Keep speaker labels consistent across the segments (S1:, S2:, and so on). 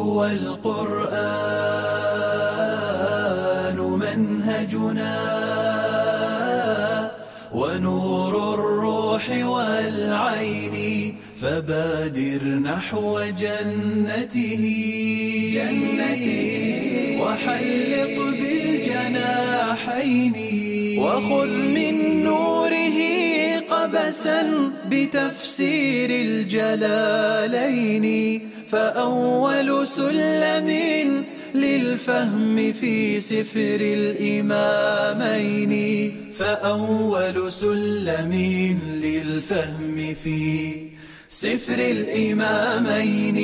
S1: هو القرآن منهجنا ونور الروح والعين، فبادر نحو جنته وحلق بالجناحين، وخذ من نوره قبسا بتفسير الجلالين، فأول سلم للفهم في سفر الإمامين، فأول سلم للفهم في سفر الإمامين.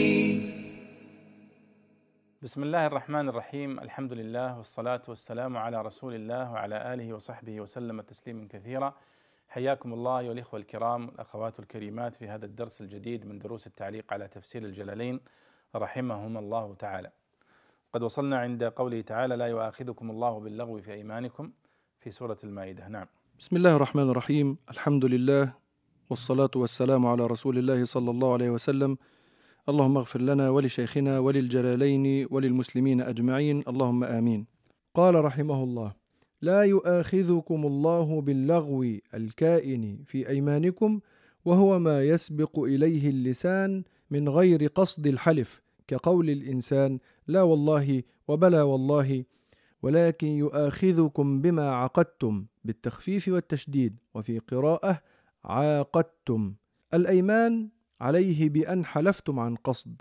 S2: بسم الله الرحمن الرحيم. الحمد لله والصلاة والسلام على رسول الله وعلى آله وصحبه وسلم تسليما كثيرا. حياكم الله أيها الإخوة الكرام الأخوات الكريمات في هذا الدرس الجديد من دروس التعليق على تفسير الجلالين رحمهما الله تعالى. قد وصلنا عند قوله تعالى: لا يؤاخذكم الله باللغو في أيمانكم، في سورة المائدة. نعم.
S3: بسم الله الرحمن الرحيم. الحمد لله والصلاة والسلام على رسول الله صلى الله عليه وسلم. اللهم اغفر لنا ولشيخنا وللجلالين وللمسلمين أجمعين، اللهم آمين. قال رحمه الله: لا يؤاخذكم الله باللغو الكائن في أيمانكم، وهو ما يسبق إليه اللسان من غير قصد الحلف، كقول الإنسان لا والله وبلا والله، ولكن يؤاخذكم بما عقدتم بالتخفيف والتشديد، وفي قراءة عاقدتم. الأيمان عليه بأن حلفتم عن قصد،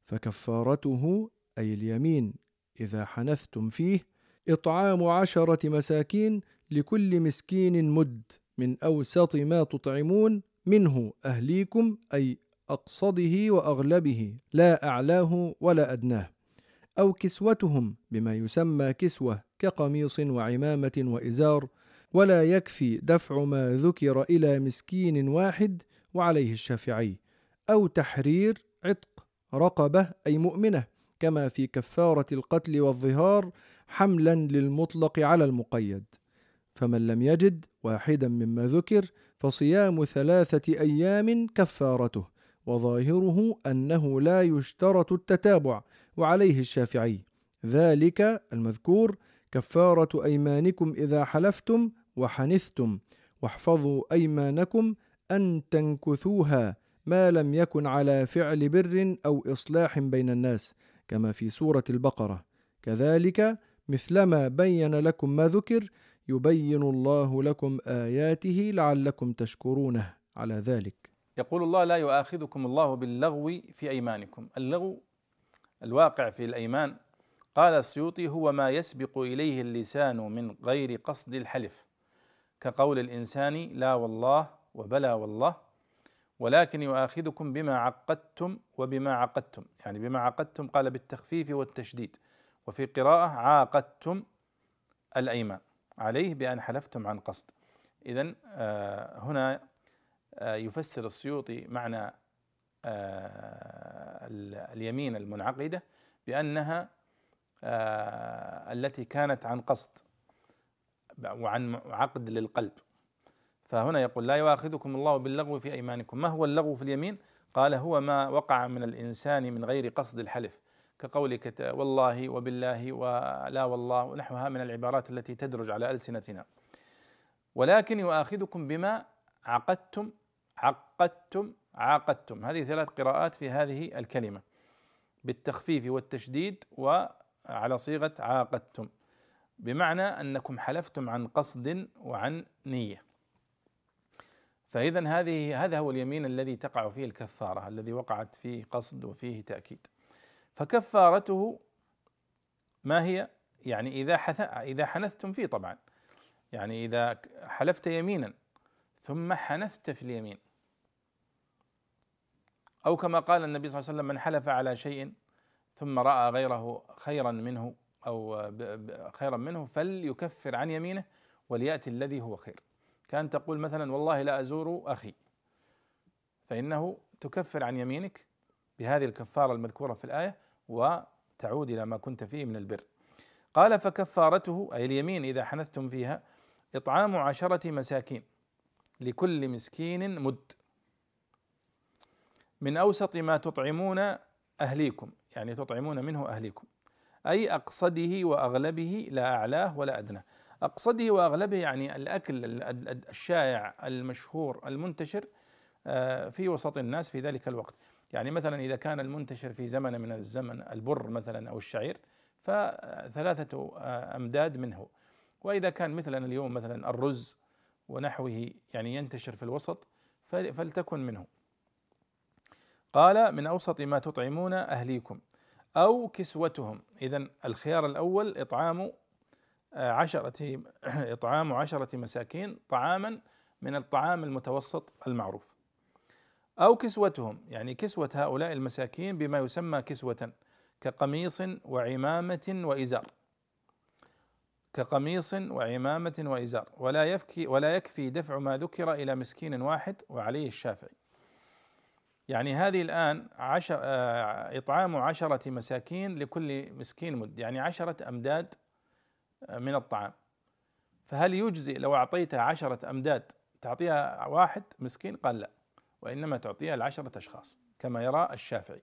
S3: فكفارته أي اليمين إذا حنثتم فيه إطعام 10 مساكين، لكل مسكين مد، من أوسط ما تطعمون منه أهليكم، أي أقصده وأغلبه لا أعلاه ولا أدناه، أو كسوتهم بما يسمى كسوة كقميص وعمامة وإزار، ولا يكفي دفع ما ذكر إلى مسكين واحد وعليه الشافعي، أو تحرير عتق رقبة أي مؤمنة، كما في كفارة القتل والظهار حملا للمطلق على المقيد. فمن لم يجد واحدا مما ذكر فصيام 3 أيام كفارته، وظاهره أنه لا يشترط التتابع، وعليه الشافعي. ذلك المذكور كفارة أيمانكم إذا حلفتم وحنثتم، واحفظوا أيمانكم أن تنكثوها ما لم يكن على فعل بر أو إصلاح بين الناس، كما في سورة البقرة. كذلك مثلما بين لكم ما ذكر يبين الله لكم آياته لعلكم تشكرونه على ذلك.
S2: يقول الله: لا يؤاخذكم الله باللغو في أيمانكم. اللغو الواقع في الأيمان، قال السيوطي: هو ما يسبق إليه اللسان من غير قصد الحلف، كقول الإنسان لا والله وبلا والله، ولكن يؤاخذكم بما عقدتم وبما عقدتم. يعني بما عقدتم قال بالتخفيف والتشديد، وفي قراءة عاقدتم الأيمان عليه بأن حلفتم عن قصد. إذن هنا يفسر السيوطي معنى اليمين المنعقدة بأنها التي كانت عن قصد وعن عقد للقلب. فهنا يقول: لا يؤاخذكم الله باللغو في أيمانكم. ما هو اللغو في اليمين؟ قال: هو ما وقع من الإنسان من غير قصد الحلف، كقولك والله وبالله ولا والله ونحوها من العبارات التي تدرج على ألسنتنا. ولكن يؤاخذكم بما عقدتم، عقدتم، عاقدتم. هذه 3 قراءات في هذه الكلمة بالتخفيف والتشديد وعلى صيغة عاقدتم، بمعنى أنكم حلفتم عن قصد وعن نية. فإذن هذا هو اليمين الذي تقع فيه الكفارة، الذي وقعت فيه قصد وفيه تأكيد. فكفارته ما هي؟ يعني إذا حنثتم فيه، طبعا يعني إذا حلفت يمينا ثم حنثت في اليمين، أو كما قال النبي صلى الله عليه وسلم: من حلف على شيء ثم رأى غيره خيرا منه أو خيرا منه فليكفر عن يمينه وليأتي الذي هو خير. كان تقول مثلا: والله لا أزور أخي، فإنه تكفر عن يمينك بهذه الكفارة المذكورة في الآية وتعود إلى ما كنت فيه من البر. قال: فكفارته أي اليمين إذا حنثتم فيها إطعام 10 مساكين، لكل مسكين مد، من أوسط ما تطعمون أهليكم، يعني تطعمون منه أهليكم، أي أقصده وأغلبه لا أعلاه ولا أدناه. أقصده وأغلبه يعني الأكل الشائع المشهور المنتشر في وسط الناس في ذلك الوقت. يعني مثلا إذا كان المنتشر في زمن من الزمن البر مثلا أو الشعير ف3 أمداد منه، وإذا كان مثلا اليوم مثلا الرز ونحوه يعني ينتشر في الوسط فلتكن منه. قال: من أوسط ما تطعمون أهليكم أو كسوتهم. إذن الخيار الأول إطعام 10 مساكين طعاما من الطعام المتوسط المعروف، أو كسوتهم يعني كسوة هؤلاء المساكين بما يسمى كسوة كقميص وعمامة وإزار، كقميص وعمامة وإزار، ولا يكفي دفع ما ذكر إلى مسكين واحد وعليه الشافعي. يعني هذه الآن إطعام 10 مساكين لكل مسكين مد، يعني 10 أمداد من الطعام. فهل يجزي لو أعطيتها 10 أمداد تعطيها واحد مسكين؟ قال لا، وإنما تعطيها ل10 أشخاص كما يرى الشافعي.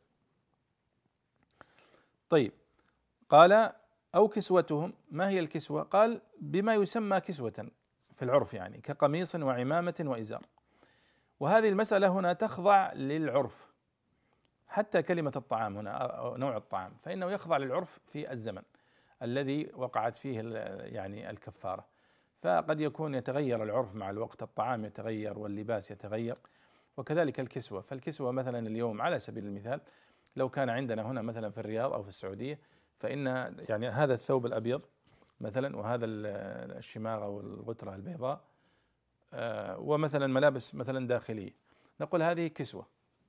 S2: طيب، قال: أو كسوتهم. ما هي الكسوة؟ قال: بما يسمى كسوة في العرف، يعني كقميص وعمامة وإزار. وهذه المسألة هنا تخضع للعرف، حتى كلمة الطعام هنا أو نوع الطعام فإنه يخضع للعرف في الزمن الذي وقعت فيه يعني الكفارة. فقد يكون يتغير العرف مع الوقت، الطعام يتغير واللباس يتغير، وكذلك الكسوة. فالكسوة مثلا اليوم على سبيل المثال لو كان عندنا هنا مثلا في الرياض أو في السعودية، فإن يعني هذا الثوب الأبيض مثلا وهذا الشماغة والغترة البيضاء ومثلا ملابس مثلا داخلية، نقول هذه كسوة.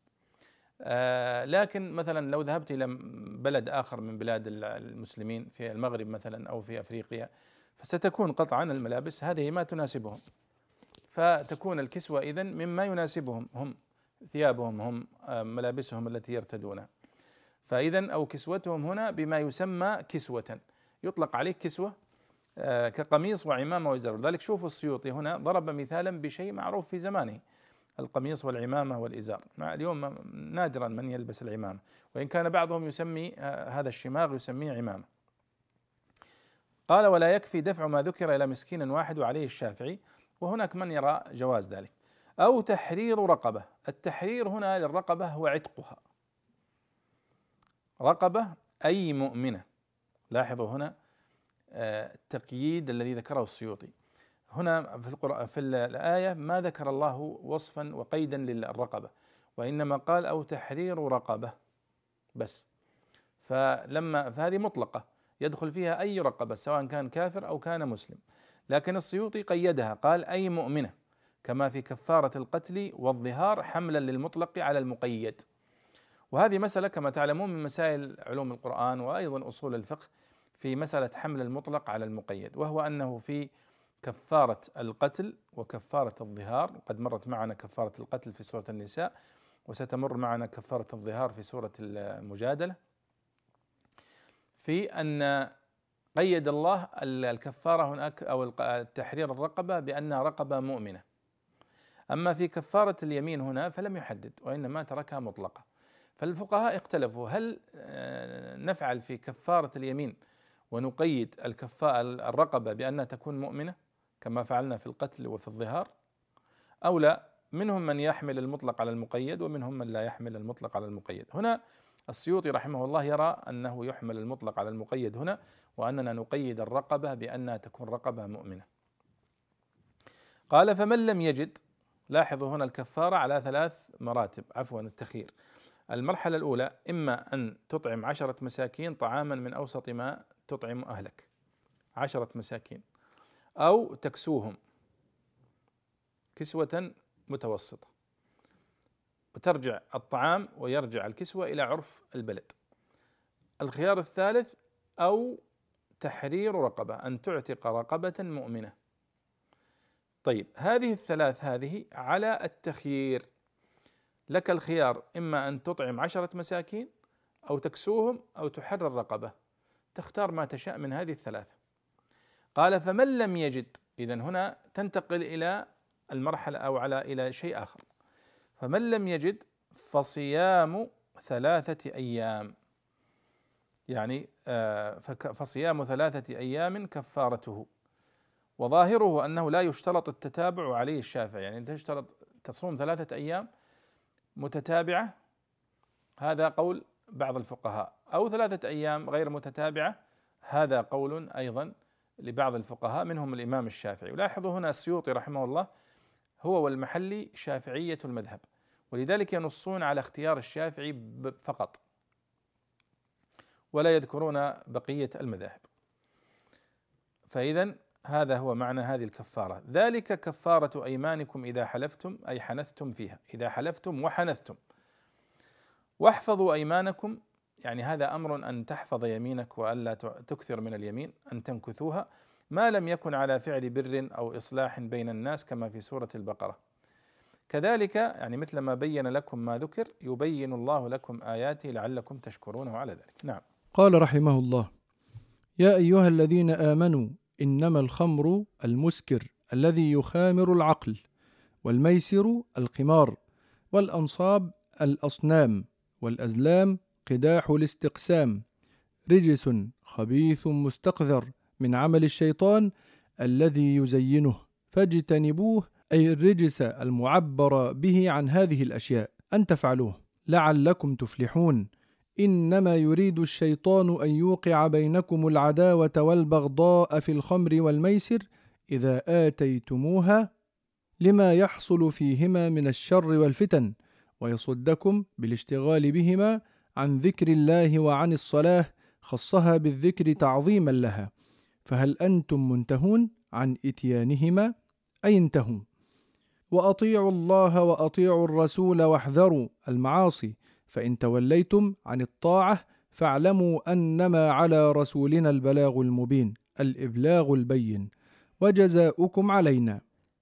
S2: لكن مثلا لو ذهبت إلى بلد آخر من بلاد المسلمين في المغرب مثلا أو في أفريقيا، فستكون قطعا الملابس هذه ما تناسبهم، فتكون الكسوة إذن مما يناسبهم هم، ثيابهم هم، ملابسهم التي يرتدونها. فإذن أو كسوتهم هنا بما يسمى كسوة، يطلق عليه كسوة كقميص وعمامة وإزار. لذلك شوفوا السيوطي هنا ضرب مثالا بشيء معروف في زمانه، القميص والعمامة والإزار. مع اليوم نادرا من يلبس العمامة، وإن كان بعضهم يسمي هذا الشماغ يسميه عمامة. قال: ولا يكفي دفع ما ذكر إلى مسكين واحد وعليه الشافعي، وهناك من يرى جواز ذلك. أو تحرير رقبة. التحرير هنا للرقبة هو عتقها، رقبة أي مؤمنة. لاحظوا هنا التقييد الذي ذكره السيوطي هنا في القرآن في الآية، ما ذكر الله وصفا وقيدا للرقبة، وإنما قال: أو تحرير رقبة بس. فهذه مطلقة يدخل فيها أي رقبة سواء كان كافر أو كان مسلم، لكن السيوطي قيدها قال: أي مؤمنة، كما في كفارة القتل والظهار حملا للمطلق على المقيد. وهذه مسألة كما تعلمون من مسائل علوم القرآن وأيضا أصول الفقه في مسألة حمل المطلق على المقيد، وهو أنه في كفارة القتل وكفارة الظهار، وقد مرت معنا كفارة القتل في سورة النساء، وستمر معنا كفارة الظهار في سورة المجادلة، في أن قيد الله الكفارة هناك أو تحرير الرقبة بأنها رقبة مؤمنة. أما في كفارة اليمين هنا فلم يحدد، وإنما تركها مطلقة. فالفقهاء اختلفوا هل نفعل في كفارة اليمين ونقيد الرقبة بأنها تكون مؤمنة كما فعلنا في القتل وفي الظهار، أو لا. منهم من يحمل المطلق على المقيد ومنهم من لا يحمل المطلق على المقيد. هنا السيوطي رحمه الله يرى أنه يحمل المطلق على المقيد هنا، وأننا نقيد الرقبة بأنها تكون رقبة مؤمنة. قال: فمن لم يجد. لاحظوا هنا الكفارة على 3 مراتب، عفوا التخيير. المرحلة الأولى إما أن تطعم 10 مساكين طعاما من أوسط ما تطعم أهلك، 10 مساكين، أو تكسوهم كسوة متوسطة، وترجع الطعام ويرجع الكسوة إلى عرف البلد. الخيار الثالث أو تحرير رقبة، أن تعتق رقبة مؤمنة. طيب، هذه ال3 هذه على التخيير، لك الخيار إما أن تطعم 10 مساكين أو تكسوهم أو تحرر رقبة، تختار ما تشاء من هذه ال3. قال: فمن لم يجد. إذن هنا تنتقل إلى المرحلة أو إلى شيء آخر. فمن لم يجد فصيام 3 أيام، يعني فصيام 3 أيام كفارته. وظاهره أنه لا يشترط التتابع عليه الشافعي، يعني تشترط تصوم 3 أيام متتابعة، هذا قول بعض الفقهاء، أو 3 أيام غير متتابعة، هذا قول أيضا لبعض الفقهاء منهم الإمام الشافعي. ولاحظوا هنا السيوطي رحمه الله هو والمحلي شافعية المذهب، ولذلك ينصون على اختيار الشافعي فقط ولا يذكرون بقية المذاهب. فإذا هذا هو معنى هذه الكفارة. ذلك كفارة أيمانكم إذا حلفتم، أي حنثتم فيها، إذا حلفتم وحنثتم. واحفظوا أيمانكم، يعني هذا أمر أن تحفظ يمينك وألا تكثر من اليمين، أن تنكثوها ما لم يكن على فعل بر أو إصلاح بين الناس كما في سورة البقرة. كذلك يعني مثل ما بين لكم ما ذكر يبين الله لكم آياته لعلكم تشكرونه على ذلك. نعم.
S3: قال رحمه الله: يا أيها الذين آمنوا إنما الخمر المسكر الذي يخامر العقل، والميسر القمار، والأنصاب الأصنام، والأزلام قداح الاستقسام، رجس خبيث مستقذر من عمل الشيطان الذي يزينه فاجتنبوه، أي الرجس المعبر به عن هذه الأشياء أن تفعلوه لعلكم تفلحون. إنما يريد الشيطان أن يوقع بينكم العداوة والبغضاء في الخمر والميسر إذا آتيتموها لما يحصل فيهما من الشر والفتن، ويصدكم بالاشتغال بهما عن ذكر الله وعن الصلاة، خصها بالذكر تعظيما لها. فهل أنتم منتهون عن إتيانهما؟ أي انتهوا. وأطيعوا الله وأطيعوا الرسول واحذروا المعاصي، فإن توليتم عن الطاعة فاعلموا أنما على رسولنا البلاغ المبين، الإبلاغ البين، وجزاؤكم علينا.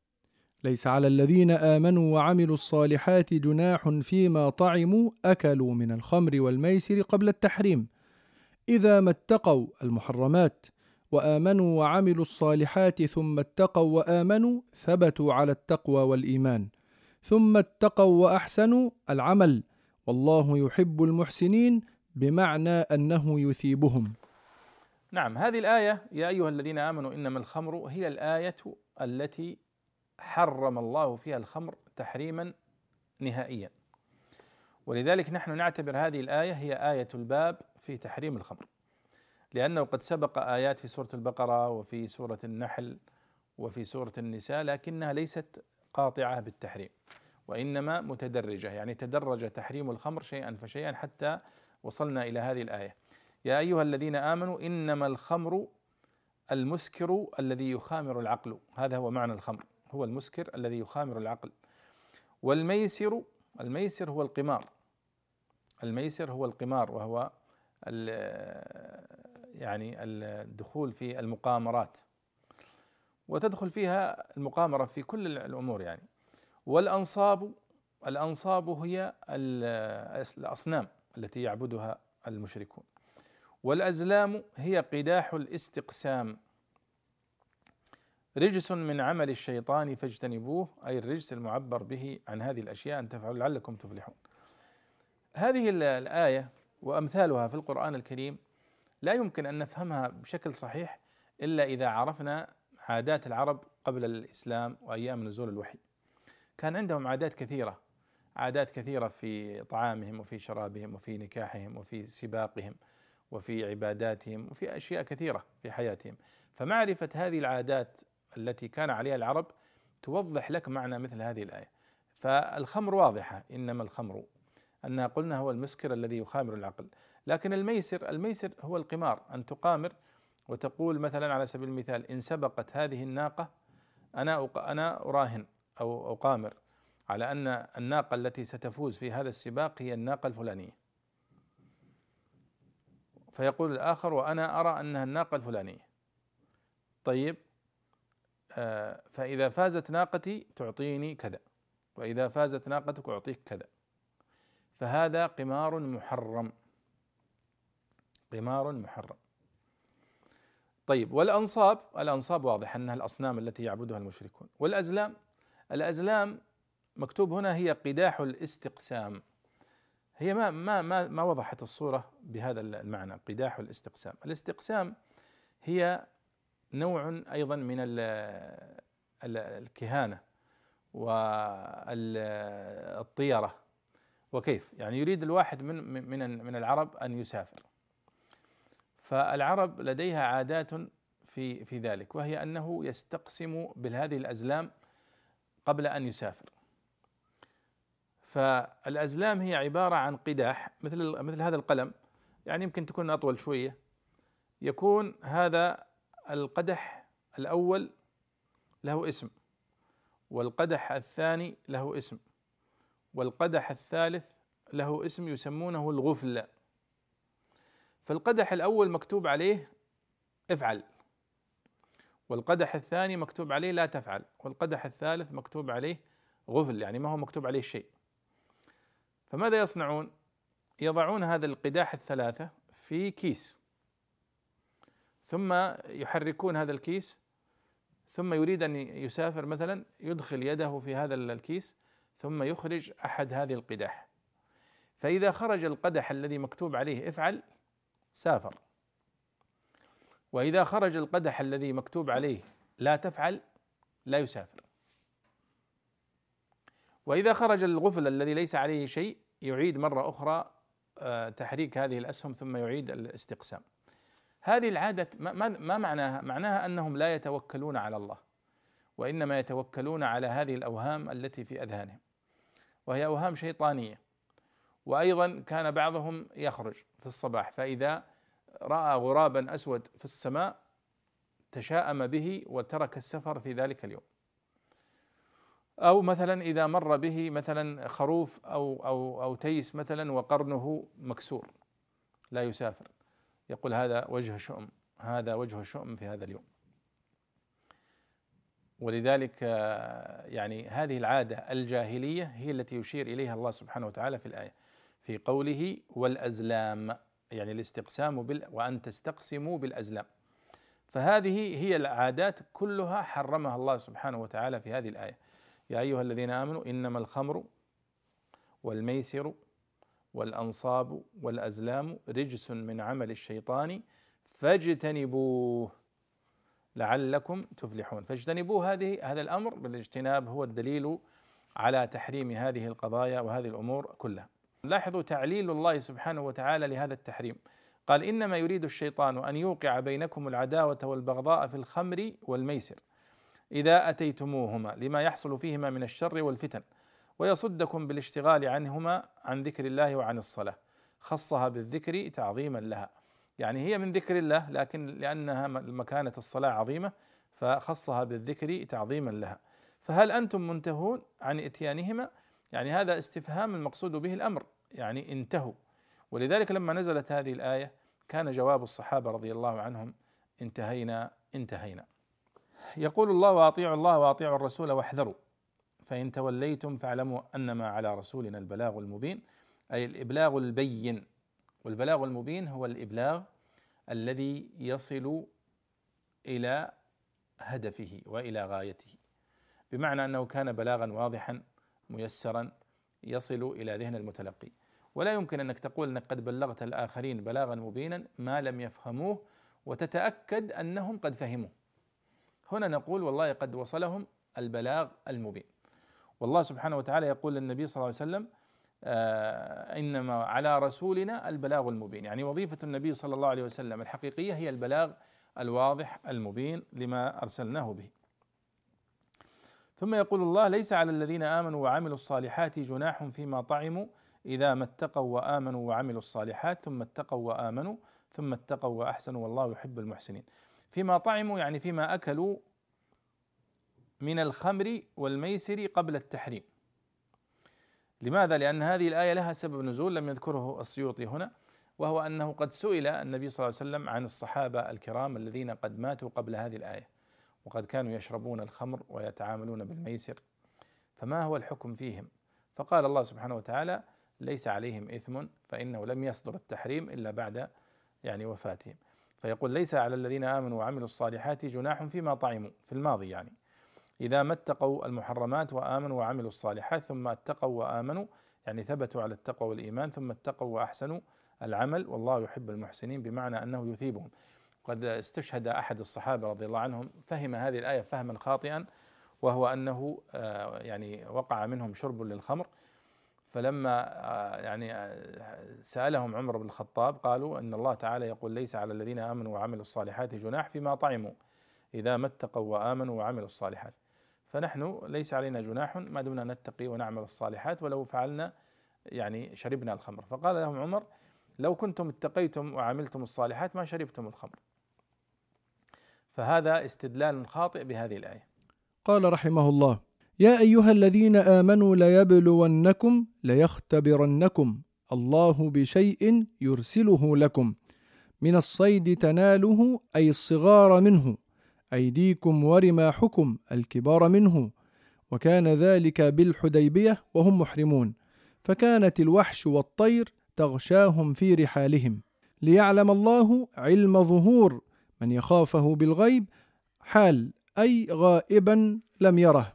S3: ليس على الذين آمنوا وعملوا الصالحات جناح فيما طعموا أكلوا من الخمر والميسر قبل التحريم، إذا ما اتقوا المحرمات وآمنوا وعملوا الصالحات ثم اتقوا وآمنوا ثبتوا على التقوى والإيمان، ثم اتقوا وأحسنوا العمل، والله يحب المحسنين، بمعنى أنه يثيبهم.
S2: نعم، هذه الآية يا أيها الذين آمنوا إنما الخمر هي الآية التي حرم الله فيها الخمر تحريما نهائيا، ولذلك نحن نعتبر هذه الآية هي آية الباب في تحريم الخمر، لأنه قد سبق آيات في سورة البقرة وفي سورة النحل وفي سورة النساء، لكنها ليست قاطعة بالتحريم وإنما متدرجة، يعني تدرج تحريم الخمر شيئا فشيئا حتى وصلنا إلى هذه الآية: يا أيها الذين آمنوا إنما الخمر المسكر الذي يخامر العقل. هذا هو معنى الخمر، هو المسكر الذي يخامر العقل. والميسر، الميسر هو القمار، الميسر هو القمار، وهو يعني الدخول في المقامرات، وتدخل فيها المقامرة في كل الأمور يعني. والأنصاب، الأنصاب هي الأصنام التي يعبدها المشركون. والأزلام هي قداح الاستقسام، رجس من عمل الشيطان فاجتنبوه، أي الرجس المعبر به عن هذه الأشياء أن تفعلوا لعلكم تفلحون. هذه الآية وأمثالها في القرآن الكريم لا يمكن أن نفهمها بشكل صحيح إلا إذا عرفنا عادات العرب قبل الإسلام وأيام نزول الوحي. كان عندهم عادات كثيرة، عادات كثيرة في طعامهم وفي شرابهم وفي نكاحهم وفي سباقهم وفي عباداتهم وفي أشياء كثيرة في حياتهم. فمعرفة هذه العادات التي كان عليها العرب توضح لك معنى مثل هذه الآية. فالخمر واضحة، إنما الخمر أنها قلنا هو المسكر الذي يخامر العقل. لكن الميسر هو القمار، أن تقامر وتقول مثلا على سبيل المثال: إن سبقت هذه الناقة أنا أراهن أو أقامر على أن الناقة التي ستفوز في هذا السباق هي الناقة الفلانية، فيقول الآخر: وأنا أرى أنها الناقة الفلانية. طيب، فإذا فازت ناقتي تعطيني كذا، وإذا فازت ناقتك أعطيك كذا. فهذا قمار محرم، قمار محرم. طيب، والأنصاب، الأنصاب واضح أنها الأصنام التي يعبدها المشركون. والأزلام، الأزلام مكتوب هنا هي قداح الاستقسام، هي ما وضحت الصورة بهذا المعنى، قداح الاستقسام. الاستقسام هي نوع أيضا من الكهانة والطيرة. وكيف؟ يعني يريد الواحد من العرب أن يسافر، فالعرب لديها عادات في ذلك، وهي أنه يستقسم بهذه الأزلام قبل أن يسافر. فالأزلام هي عبارة عن قداح مثل هذا القلم، يعني يمكن تكون أطول شوية. يكون هذا القدح الأول له اسم، والقدح الثاني له اسم، والقدح الثالث له اسم يسمونه الغفل. فالقدح الأول مكتوب عليه افعل، والقدح الثاني مكتوب عليه لا تفعل، والقدح الثالث مكتوب عليه غفل، يعني ما هو مكتوب عليه شيء. فماذا يصنعون؟ يضعون هذا القداح الثلاثة في كيس، ثم يحركون هذا الكيس، ثم يريد أن يسافر مثلا، يدخل يده في هذا الكيس ثم يخرج أحد هذه القداح، فإذا خرج القدح الذي مكتوب عليه افعل سافر، وإذا خرج القدح الذي مكتوب عليه لا تفعل لا يسافر، وإذا خرج الغفل الذي ليس عليه شيء يعيد مرة أخرى تحريك هذه الأسهم ثم يعيد الاستقسام. هذه العادة ما معناها؟ معناها أنهم لا يتوكلون على الله، وإنما يتوكلون على هذه الأوهام التي في أذهانهم، وهي أوهام شيطانية. وأيضا كان بعضهم يخرج في الصباح فإذا رأى غرابا أسود في السماء تشاءم به وترك السفر في ذلك اليوم. أو مثلا إذا مر به مثلا خروف أو تيس مثلا وقرنه مكسور لا يسافر، يقول هذا وجه شؤم، هذا وجه شؤم في هذا اليوم. ولذلك يعني هذه العادة الجاهلية هي التي يشير إليها الله سبحانه وتعالى في الآية في قوله والأزلام، يعني الاستقسام وأن تستقسموا بالأزلام. فهذه هي العادات كلها حرمها الله سبحانه وتعالى في هذه الآية. يا أيها الذين آمنوا إنما الخمر والميسر والأنصاب والأزلام رجس من عمل الشيطان فاجتنبوه لعلكم تفلحون. فاجتنبوه، هذا الأمر بالاجتناب هو الدليل على تحريم هذه القضايا وهذه الأمور كلها. لاحظوا تعليل الله سبحانه وتعالى لهذا التحريم، قال إنما يريد الشيطان أن يوقع بينكم العداوة والبغضاء في الخمر والميسر إذا أتيتموهما لما يحصل فيهما من الشر والفتن ويصدكم بالاشتغال عنهما عن ذكر الله وعن الصلاة. خصها بالذكر تعظيما لها، يعني هي من ذكر الله لكن لأنها مكانة الصلاة عظيمة فخصها بالذكر تعظيما لها. فهل أنتم منتهون عن إتيانهما؟ يعني هذا استفهام المقصود به الأمر، يعني انتهوا. ولذلك لما نزلت هذه الآية كان جواب الصحابة رضي الله عنهم انتهينا. يقول الله وأطيعوا الله وأطيعوا الرسول واحذروا فإن توليتم فاعلموا أنما على رسولنا البلاغ المبين، أي الإبلاغ البين. والبلاغ المبين هو الإبلاغ الذي يصل إلى هدفه وإلى غايته، بمعنى أنه كان بلاغا واضحا ميسرا يصل إلى ذهن المتلقي. ولا يمكن أنك تقول أنك قد بلغت الآخرين بلاغا مبينا ما لم يفهموه وتتأكد أنهم قد فهموه. هنا نقول والله قد وصلهم البلاغ المبين. والله سبحانه وتعالى يقول للنبي صلى الله عليه وسلم إنما على رسولنا البلاغ المبين، يعني وظيفة النبي صلى الله عليه وسلم الحقيقية هي البلاغ الواضح المبين لما أرسلناه به. ثم يقول الله ليس على الذين آمنوا وعملوا الصالحات جناح فيما طعموا إذا ما اتقوا وآمنوا وعملوا الصالحات ثم اتقوا وآمنوا ثم اتقوا وأحسنوا والله يحب المحسنين. فيما طعموا يعني فيما أكلوا من الخمر والميسر قبل التحريم. لماذا؟ لأن هذه الآية لها سبب نزول لم يذكره السيوطي هنا، وهو أنه قد سئل النبي صلى الله عليه وسلم عن الصحابة الكرام الذين قد ماتوا قبل هذه الآية وقد كانوا يشربون الخمر ويتعاملون بالميسر، فما هو الحكم فيهم؟ فقال الله سبحانه وتعالى ليس عليهم إثم فإنه لم يصدر التحريم إلا بعد يعني وفاتهم. فيقول ليس على الذين آمنوا وعملوا الصالحات جناح فيما طعموا في الماضي، يعني إذا ما اتقوا المحرمات وآمنوا وعملوا الصالحات ثم اتقوا وآمنوا يعني ثبتوا على التقوى والإيمان ثم اتقوا وأحسنوا العمل والله يحب المحسنين، بمعنى أنه يثيبهم. قد استشهد أحد الصحابة رضي الله عنهم فهم هذه الآية فهما خاطئا، وهو أنه يعني وقع منهم شرب للخمر، فلما سألهم عمر بن الخطاب قالوا أن الله تعالى يقول ليس على الذين آمنوا وعملوا الصالحات جناح فيما طعموا إذا ما اتقوا وآمنوا وعملوا الصالحات. فنحن ليس علينا جناح ما دمنا نتقي ونعمل الصالحات، ولو فعلنا يعني شربنا الخمر. فقال لهم عمر لو كنتم اتقيتم وعملتم الصالحات ما شربتم الخمر. فهذا استدلال خاطئ بهذه الآية.
S3: قال رحمه الله: يا أيها الذين آمنوا ليبلونكم ليختبرنكم الله بشيء يرسله لكم من الصيد تناله أي الصغار منه أيديكم ورماحكم الكبار منه، وكان ذلك بالحديبية وهم محرمون، فكانت الوحش والطير تغشاهم في رحالهم، ليعلم الله علم ظهور من يخافه بالغيب حال أي غائبا لم يره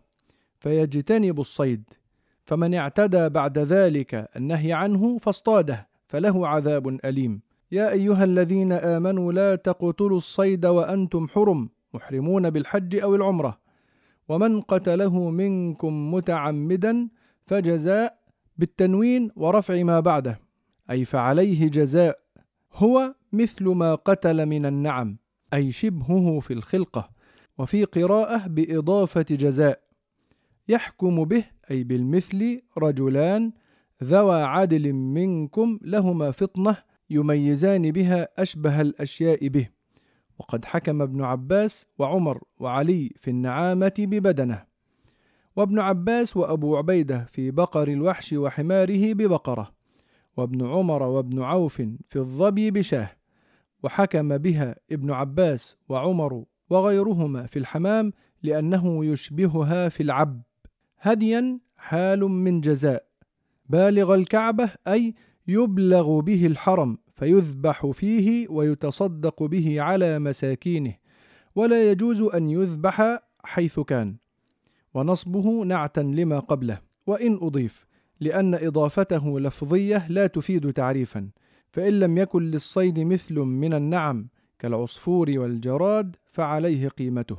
S3: فيجتنب الصيد، فمن اعتدى بعد ذلك النهي عنه فاصطاده فله عذاب أليم. يا أيها الذين آمنوا لا تقتلوا الصيد وأنتم حرم محرمون بالحج أو العمرة، ومن قتله منكم متعمدا فجزاء بالتنوين ورفع ما بعده أي فعليه جزاء هو مثل ما قتل من النعم أي شبهه في الخلقة، وفي قراءة بإضافة جزاء يحكم به أي بالمثل رجلان ذوى عدل منكم لهما فطنة يميزان بها أشبه الأشياء به. وقد حكم ابن عباس وعمر وعلي في النعامة ببدنه، وابن عباس وأبو عبيدة في بقر الوحش وحماره ببقرة، وابن عمر وابن عوف في الظبي بشاه، وحكم بها ابن عباس وعمر وغيرهما في الحمام لأنه يشبهها في العب. هديا حال من جزاء بالغ الكعبة أي يبلغ به الحرم فيذبح فيه ويتصدق به على مساكينه، ولا يجوز أن يذبح حيث كان، ونصبه نعتا لما قبله وإن أضيف، لأن إضافته لفظية لا تفيد تعريفا، فإن لم يكن للصيد مثل من النعم كالعصفور والجراد فعليه قيمته،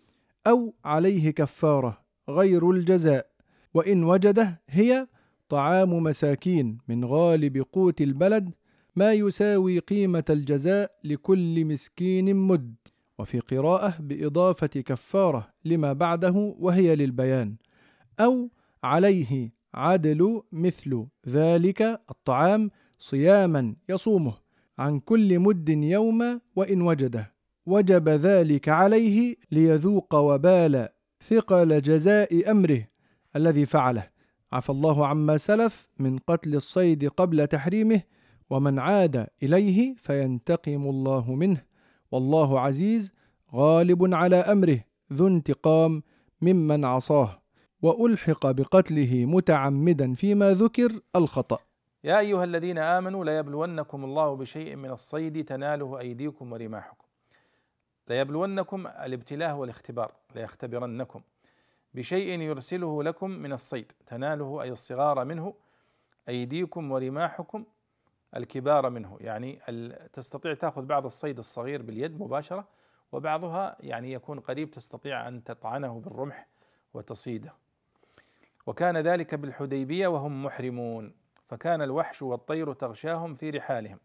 S3: أو عليه كفارة غير الجزاء، وإن وجده هي طعام مساكين من غالب قوت البلد ما يساوي قيمة الجزاء لكل مسكين مد. وفي قراءة بإضافة كفارة لما بعده وهي للبيان، أو عليه عدل مثل ذلك الطعام صياما يصومه عن كل مد يوما وإن وجده، وجب ذلك عليه ليذوق وبال ثقل جزاء أمره الذي فعله، عفى الله عما سلف من قتل الصيد قبل تحريمه، ومن عاد إليه فينتقم الله منه، والله عزيز غالب على أمره ذو انتقام ممن عصاه. وألحق بقتله متعمدا فيما ذكر الخطأ.
S2: يا أيها الذين آمنوا ليبلونكم الله بشيء من الصيد تناله أيديكم ورماحكم. ليبلونكم الابتلاء والاختبار، ليختبرنكم بشيء يرسله لكم من الصيد تناله أي الصغار منه أيديكم ورماحكم الكبار منه، يعني تستطيع تأخذ بعض الصيد الصغير باليد مباشرة، وبعضها يعني يكون قريب تستطيع أن تطعنه بالرمح وتصيده. وكان ذلك بالحديبية وهم محرمون، فكان الوحش والطير تغشاهم في رحالهم.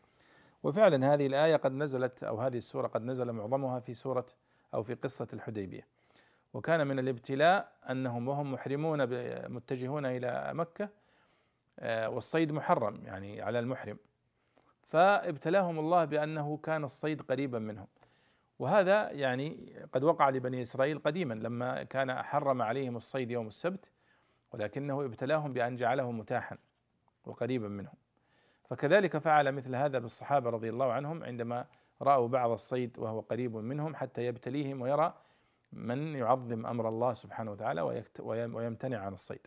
S2: وفعلا هذه الآية قد نزلت، أو هذه السورة قد نزل معظمها في سورة أو في قصة الحديبية. وكان من الابتلاء أنهم وهم محرمون متجهون إلى مكة، والصيد محرم يعني على المحرم، فابتلاهم الله بأنه كان الصيد قريبا منهم. وهذا يعني قد وقع لبني إسرائيل قديما لما كان حرم عليهم الصيد يوم السبت، ولكنه ابتلاهم بأن جعله متاحا وقريبا منهم. فكذلك فعل مثل هذا بالصحابة رضي الله عنهم عندما رأوا بعض الصيد وهو قريب منهم حتى يبتليهم ويرى من يعظم أمر الله سبحانه وتعالى ويمتنع عن الصيد.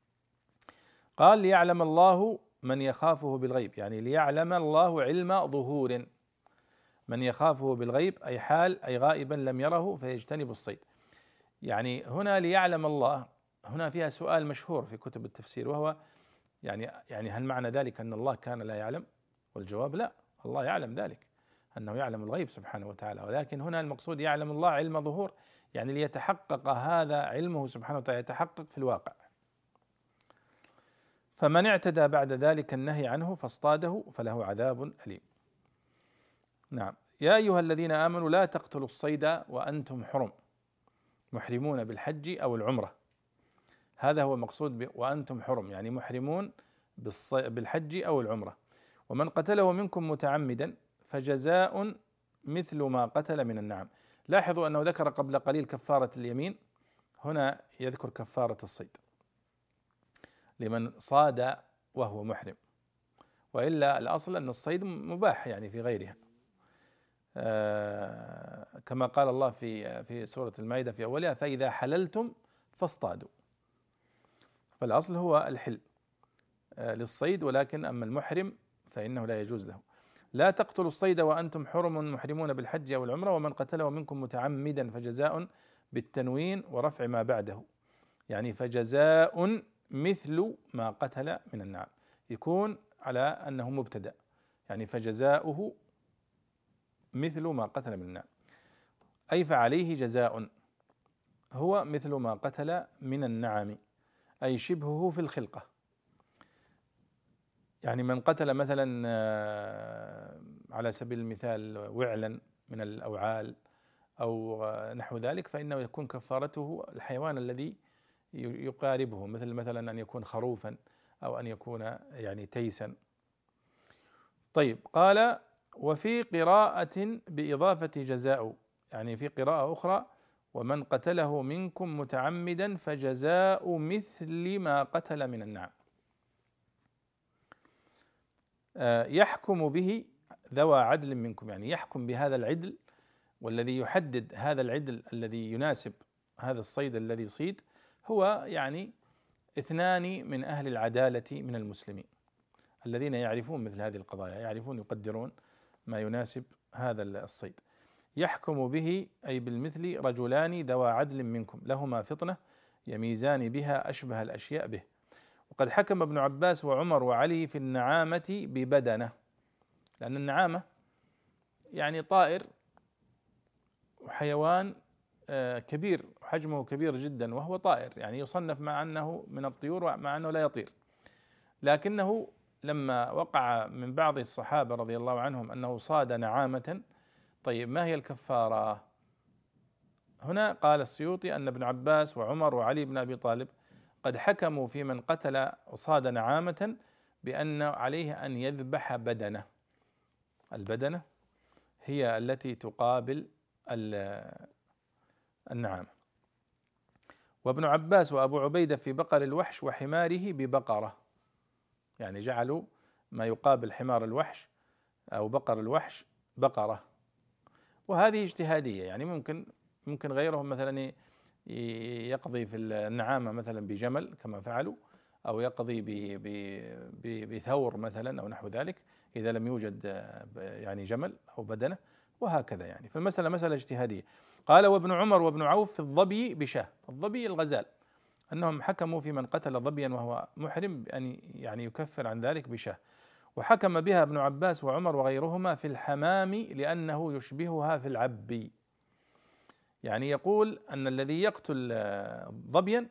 S2: قال ليعلم الله من يخافه بالغيب، يعني ليعلم الله علم ظهور، من يخافه بالغيب أي حال أي غائبا لم يره فيجتنب الصيد. يعني هنا ليعلم الله، هنا فيها سؤال مشهور في كتب التفسير، وهو يعني هل معنى ذلك أن الله كان لا يعلم؟ والجواب لا، الله يعلم ذلك، أنه يعلم الغيب سبحانه وتعالى، ولكن هنا المقصود يعلم الله علم ظهور، يعني ليتحقق هذا علمه سبحانه وتعالى، يتحقق في الواقع. فمن اعتدى بعد ذلك النهي عنه فاصطاده فله عذاب أليم. نعم. يا أيها الذين آمنوا لا تقتلوا الصيد وأنتم حرم محرمون بالحج أو العمرة، هذا هو المقصود وأنتم حرم، يعني محرمون بالحج أو العمرة. ومن قتله منكم متعمدا فجزاء مثل ما قتل من النعم. لاحظوا أنه ذكر قبل قليل كفارة اليمين، هنا يذكر كفارة الصيد لمن صاد وهو محرم، وإلا الأصل أن الصيد مباح يعني في غيرها، كما قال الله في سورة المائدة في أولها فإذا حللتم فاصطادوا، فالأصل هو الحل للصيد، ولكن أما المحرم فإنه لا يجوز له. لا تقتلوا الصيد وأنتم حرم محرمون بالحج أو العمرة، ومن قتله منكم متعمدا فجزاء بالتنوين ورفع ما بعده، يعني فجزاء مثل ما قتل من النعم، يكون على أنه مبتدأ، يعني فجزاؤه مثل ما قتل من النعم، أي فعليه جزاء هو مثل ما قتل من النعم، أي شبهه في الخلقة. يعني من قتل مثلا على سبيل المثال وعلا من الأوعال أو نحو ذلك، فإنه يكون كفارته الحيوان الذي يقاربه، مثلا أن يكون خروفا أو أن يكون يعني تيسا. طيب، قال وفي قراءة بإضافة جزاء، يعني في قراءة أخرى ومن قتله منكم متعمدا فجزاء مثل ما قتل من النعم، يحكم به ذوى عدل منكم، يعني يحكم بهذا العدل، والذي يحدد هذا العدل الذي يناسب هذا الصيد الذي صيد هو يعني اثنان من أهل العدالة من المسلمين الذين يعرفون مثل هذه القضايا، يعرفون يقدرون ما يناسب هذا الصيد. يحكم به أي بالمثل رجلان ذوى عدل منكم لهما فطنة يميزان بها أشبه الأشياء به. وقد حكم ابن عباس وعمر وعلي في النعامة ببدنة، لأن النعامة يعني طائر وحيوان كبير، حجمه كبير جدا، وهو طائر يعني يصنف مع أنه من الطيور مع أنه لا يطير، لكنه لما وقع من بعض الصحابة رضي الله عنهم أنه صاد نعامة، طيب ما هي الكفارة؟ هنا قال السيوطي أن ابن عباس وعمر وعلي بن أبي طالب قد حكموا في من قتل وصاد نعامة بأن عليه أن يذبح بدنة، البدنة هي التي تقابل النعامة. وابن عباس وأبو عبيدة في بقر الوحش وحماره ببقرة، يعني جعلوا ما يقابل حمار الوحش أو بقر الوحش بقرة، وهذه اجتهادية، يعني ممكن غيرهم مثلا يقضي في النعامة مثلا بجمل كما فعلوا، أو يقضي بثور مثلا أو نحو ذلك إذا لم يوجد يعني جمل أو بدنة، وهكذا يعني، فالمسألة مسألة اجتهادية. قال وابن عمر وابن عوف في الظبي بشاه، الظبي الغزال، أنهم حكموا في من قتل ظبيا وهو محرم بأن يعني يكفر عن ذلك بشاه. وحكم بها ابن عباس وعمر وغيرهما في الحمام لأنه يشبهها في العبي، يعني يقول أن الذي يقتل ظبيا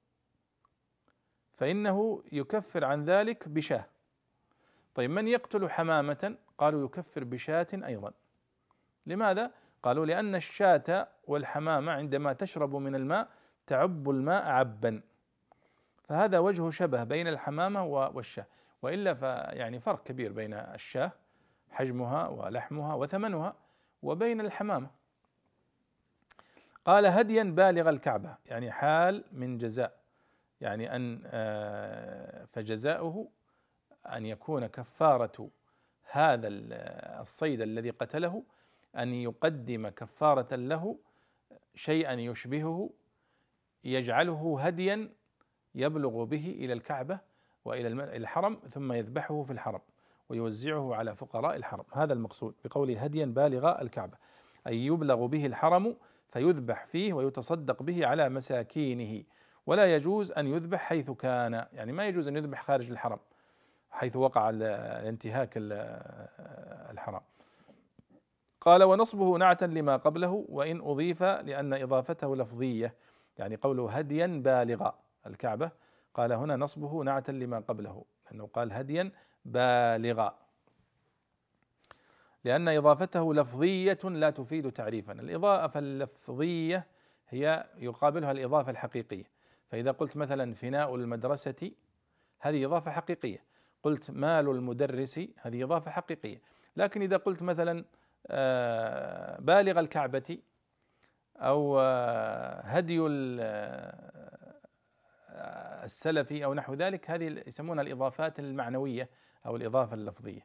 S2: فإنه يكفر عن ذلك بشاه. طيب من يقتل حمامة؟ قالوا يكفر بشاة أيضا. لماذا؟ قالوا لأن الشاة والحمامة عندما تشرب من الماء تعب الماء عبا، فهذا وجه شبه بين الحمامة والشاة، وإلا فيعني فرق كبير بين الشاة حجمها ولحمها وثمنها وبين الحمامة. قال هديا بالغ الكعبة، يعني حال من جزاء، يعني أن فجزاؤه أن يكون كفارة هذا الصيد الذي قتله أن يقدم كفارة له شيئا يشبهه يجعله هديا يبلغ به إلى الكعبة وإلى الحرم، ثم يذبحه في الحرم ويوزعه على فقراء الحرم. هذا المقصود بقوله هديا بالغ الكعبة، أي يبلغ به الحرم فيذبح فيه ويتصدق به على مساكينه ولا يجوز أن يذبح حيث كان، يعني ما يجوز أن يذبح خارج الحرم حيث وقع الانتهاك الحرام. قال ونصبه نعتا لما قبله وإن أضيف، لأن إضافته لفظية، يعني قوله هديا بالغا الكعبة، قال هنا نصبه نعتا لما قبله، لأنه قال هديا بالغا، لأن إضافته لفظية لا تفيد تعريفا. الإضافة اللفظية هي يقابلها الإضافة الحقيقية، فإذا قلت مثلا فناء المدرسة هذه إضافة حقيقية، قلت مال المدرس هذه إضافة حقيقية. لكن إذا قلت مثلا بالغ الكعبة أو هدي السلفي أو نحو ذلك، هذه يسمونها الإضافات المعنوية أو الإضافة اللفظية.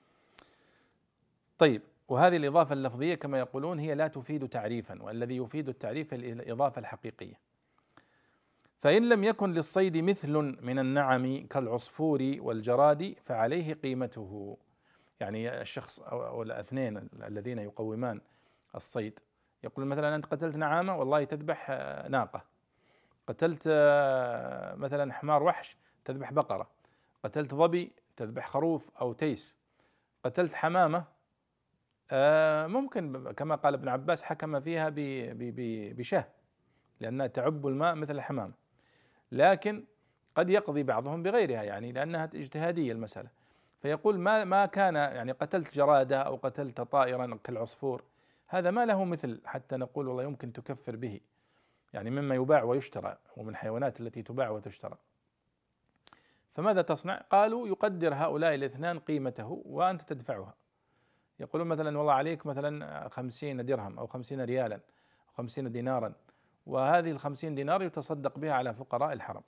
S2: طيب، وهذه الإضافة اللفظية كما يقولون هي لا تفيد تعريفا، والذي يفيد التعريف الإضافة الحقيقية. فإن لم يكن للصيد مثل من النعم كالعصفور والجراد فعليه قيمته. يعني الشخص أو الاثنين الذين يقومان الصيد يقول مثلا أنت قتلت نعامة والله تذبح ناقة، قتلت مثلا حمار وحش تذبح بقرة، قتلت ظبي تذبح خروف أو تيس، قتلت حمامة ممكن كما قال ابن عباس حكم فيها بشاه لأنها تعب الماء مثل الحمامة، لكن قد يقضي بعضهم بغيرها يعني لأنها اجتهادية المسألة. فيقول ما كان يعني قتلت جرادة أو قتلت طائرا كالعصفور، هذا ما له مثل حتى نقول والله يمكن تكفر به، يعني مما يباع ويشترى ومن الحيوانات التي تباع وتشترى. فماذا تصنع؟ قالوا يقدر هؤلاء الاثنان قيمته وأنت تدفعها. يقولون مثلا والله عليك مثلا 50 درهم أو 50 ريالا أو 50 دينارا، وهذه 50 دينار يتصدق بها على فقراء الحرم.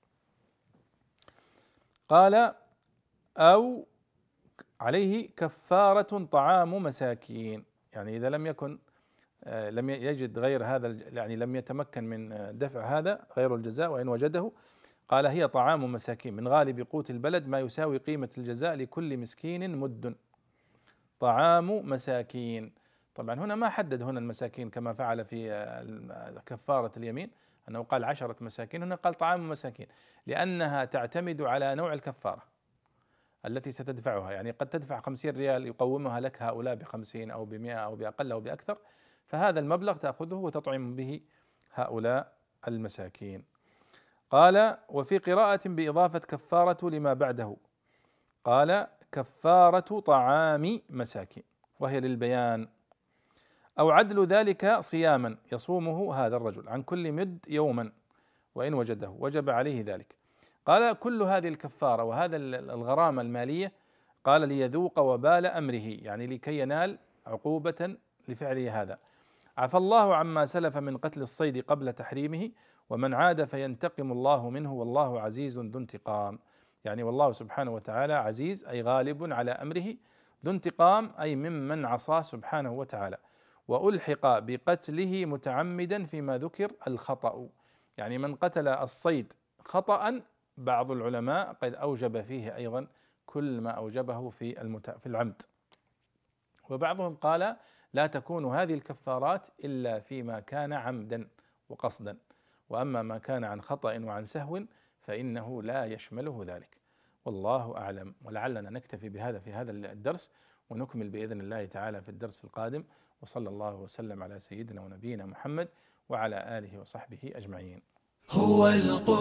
S2: قال أو عليه كفارة طعام مساكين، يعني إذا لم يكن لم يجد غير هذا، يعني لم يتمكن من دفع هذا غير الجزاء وإن وجده، قال هي طعام مساكين من غالب قوت البلد ما يساوي قيمة الجزاء لكل مسكين مد. طعام مساكين، طبعا هنا ما حدد هنا المساكين كما فعل في كفارة اليمين أنه قال 10 مساكين، هنا قال طعام مساكين لأنها تعتمد على نوع الكفارة التي ستدفعها، يعني قد تدفع 50 ريال يقومها لك هؤلاء ب50 أو ب100 أو بأقل أو بأكثر، فهذا المبلغ تأخذه وتطعم به هؤلاء المساكين. قال وفي قراءة بإضافة كفارة لما بعده، قال كفارة طعام مساكين وهي للبيان، أو عدل ذلك صياما يصومه هذا الرجل عن كل مد يوما وإن وجده وجب عليه ذلك. قال كل هذه الكفارة وهذا الغرامة المالية قال ليذوق وبال أمره، يعني لكي ينال عقوبة لفعله هذا. عفى الله عما سلف من قتل الصيد قبل تحريمه، ومن عاد فينتقم الله منه والله عزيز ذو انتقام. يعني والله سبحانه وتعالى عزيز أي غالب على أمره، ذو انتقام أي ممن عصاه سبحانه وتعالى. وألحق بقتله متعمدا فيما ذكر الخطأ، يعني من قتل الصيد خطأ بعض العلماء قد أوجب فيه أيضا كل ما أوجبه في العمد، وبعضهم قال لا تكون هذه الكفارات إلا فيما كان عمدا وقصدا، وأما ما كان عن خطأ وعن سهو فإنه لا يشمله ذلك، والله أعلم. ولعلنا نكتفي بهذا في هذا الدرس، ونكمل بإذن الله تعالى في الدرس القادم، وصلى الله وسلم على سيدنا ونبينا محمد وعلى آله وصحبه أجمعين.
S1: هو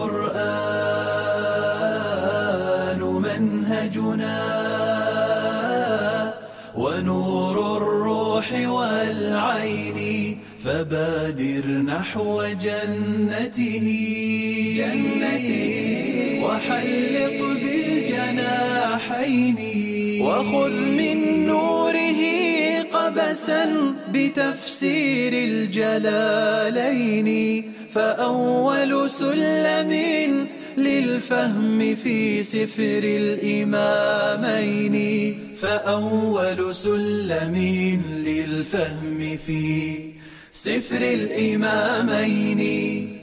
S1: القرآن منهجنا ونور الروح والعين، فبادر نحو جنته وحلق بالجناحين، وخذ من نوره قبسا بتفسير الجلالين، فأول سلم للفهم في سفر الإمامين، فأول سلم للفهم في سفر الإمامين.